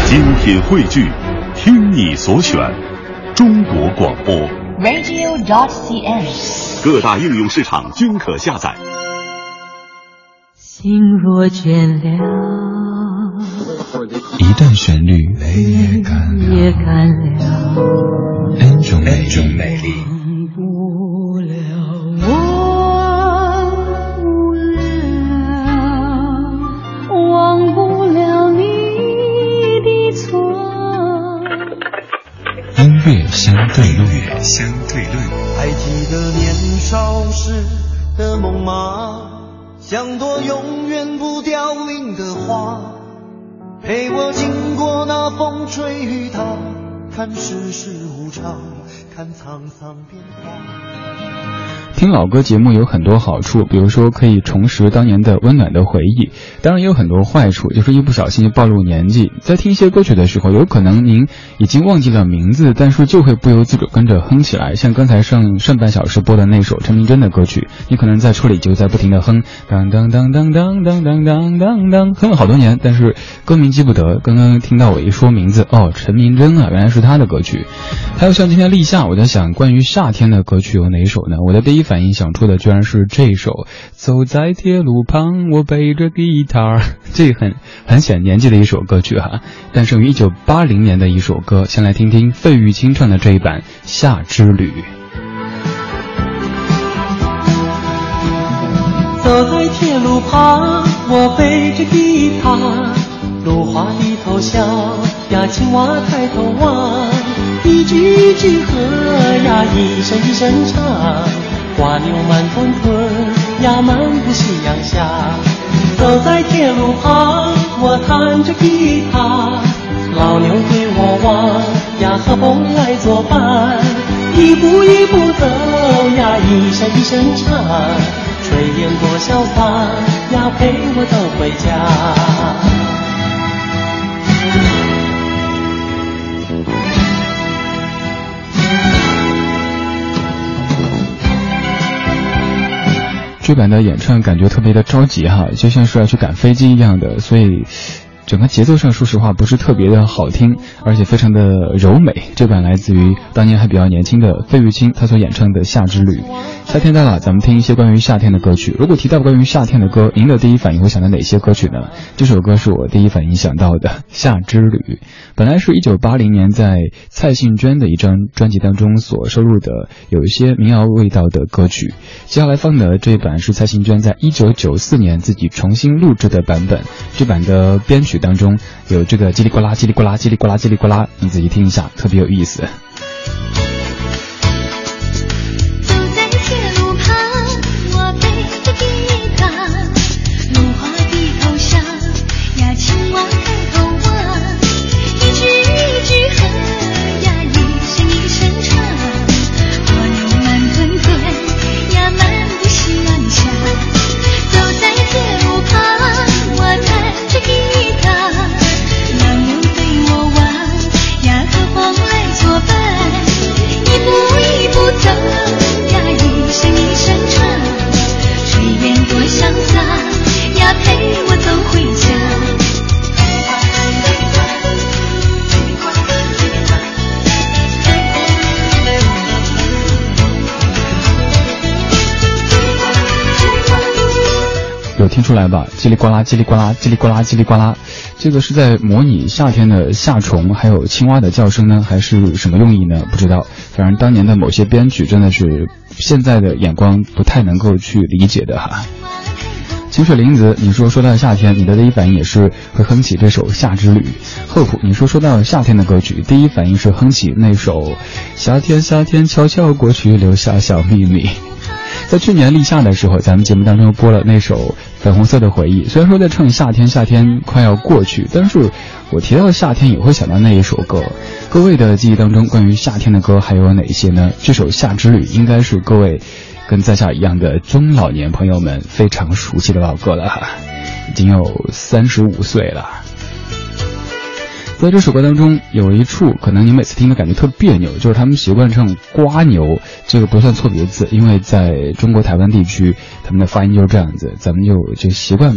精品汇聚，听你所选，中国广播 radio.cn， 各大应用市场均可下载。 心若倦了， 一段旋律泪也干了，N 种美丽。 忘不了你的错。 音乐相对论， 还记得年少时的梦吗？像朵永远不凋零的花，陪我经过那风吹雨打，看世事无常，看沧桑变化。 听老歌节目有很多好处，比如说可以重拾当年的温暖的回忆，当然也有很多坏处，就是一不小心就暴露年纪。在听一些歌曲的时候，有可能您已经忘记了名字，但是就会不由自主跟着哼起来。像刚才上半小时播的那首陈明真的歌曲，你可能在车里就在不停的哼，当当当当当当当当当当，哼了好多年，但是歌名记不得。刚刚听到我一说名字，哦，陈明真啊，原来是他的歌曲。还有像今天立夏，我在想关于夏天的歌曲有哪首呢？我的第一反应想出的居然是这首走在铁路旁，我背着吉他，这很显年纪的一首歌曲哈，诞生于1980年的一首歌。先来听听费玉清唱的这一版《夏之旅》。 走在铁路旁，我背着吉他，芦花低头笑呀，青蛙抬头望，一句一句和呀，一声一声唱，瓜牛慢吞吞呀，漫步夕阳下。走在铁路旁，我弹着吉他，老牛对我望呀，和风来作伴，一步一步走呀，一声一声唱，炊烟多潇洒呀，陪我走回家。 这版的演唱感觉特别的着急哈，就像是要去赶飞机一样的，所以整个节奏上说实话不是特别的好听，而且非常的柔美。这版来自于当年还比较年轻的费玉清，他所演唱的《夏之旅》。夏天到了，咱们听一些关于夏天的歌曲。如果提到关于夏天的歌，您的第一反应会想到哪些歌曲呢？这首歌是我第一反应想到的《夏之旅》，本来是1980年在蔡幸娟的一张专辑当中所收录的有一些民谣味道的歌曲。接下来放的这一版是蔡幸娟在1994年自己重新录制的版本，这版的编曲当中有这个叽里呱啦叽里呱啦叽里呱啦叽里呱啦，你仔细听一下，特别有意思。有听出来吧？叽里呱啦叽里呱啦叽里呱啦叽里呱啦，这个是在模拟夏天的夏虫还有青蛙的叫声呢，还是什么用意呢？不知道。反正当年的某些编曲真的是现在的眼光不太能够去理解的哈。清水玲子，你说到夏天，你的第一反应也是会哼起这首《夏之旅》。厚朴，你说到夏天的歌曲，第一反应是哼起那首夏天夏天悄悄过去，留下小秘密。在去年立夏的时候，咱们节目当中播了那首粉红色的回忆。虽然说在唱夏天快要过去，但是我提到夏天也会想到那一首歌。各位的记忆当中关于夏天的歌还有哪些呢？这首《夏之旅》应该是各位跟在下一样的中老年朋友们非常熟悉的老歌了哈，已经有35岁了。在这首歌当中有一处可能你每次听的感觉特别扭，就是他们习惯唱瓜牛，这个不算错别字，因为在中国台湾地区他们的发音就是这样子，咱们就习惯吧。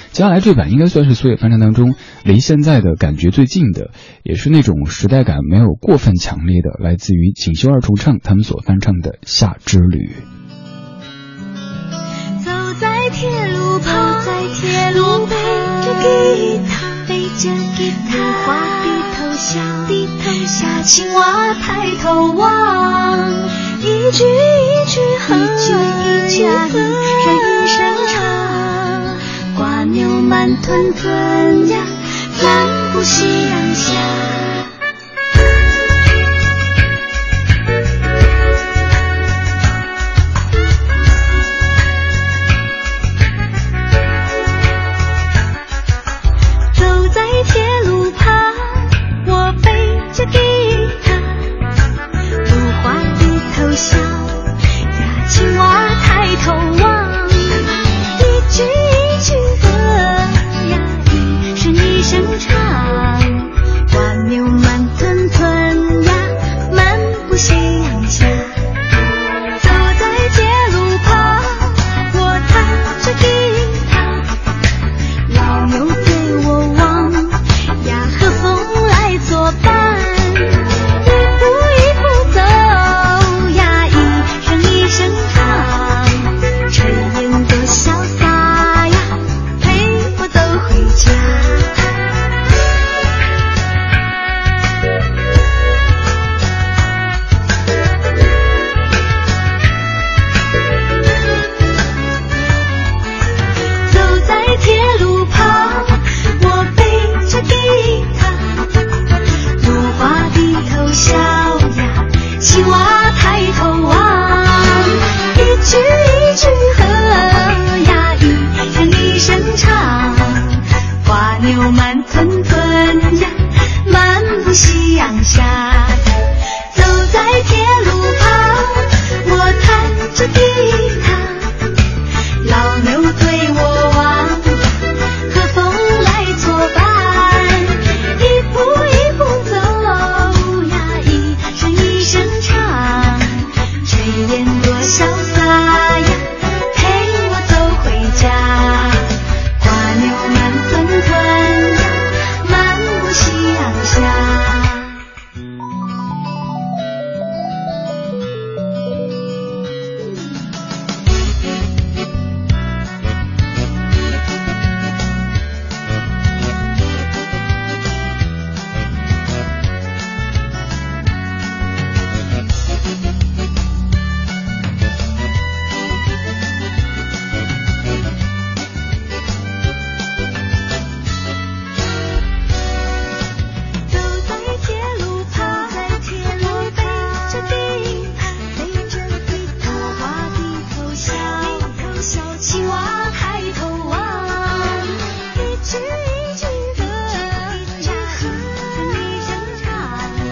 接下来这版应该算是所有翻唱当中离现在的感觉最近的，也是那种时代感没有过分强烈的，来自于锦绣二重唱他们所翻唱的《夏之旅》。 走在铁路旁，背着吉他，花低头笑，青蛙抬头望，一句一句和呀人声唱，瓜牛慢吞吞呀，漫步夕阳下。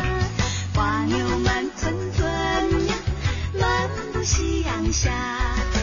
夕阳下。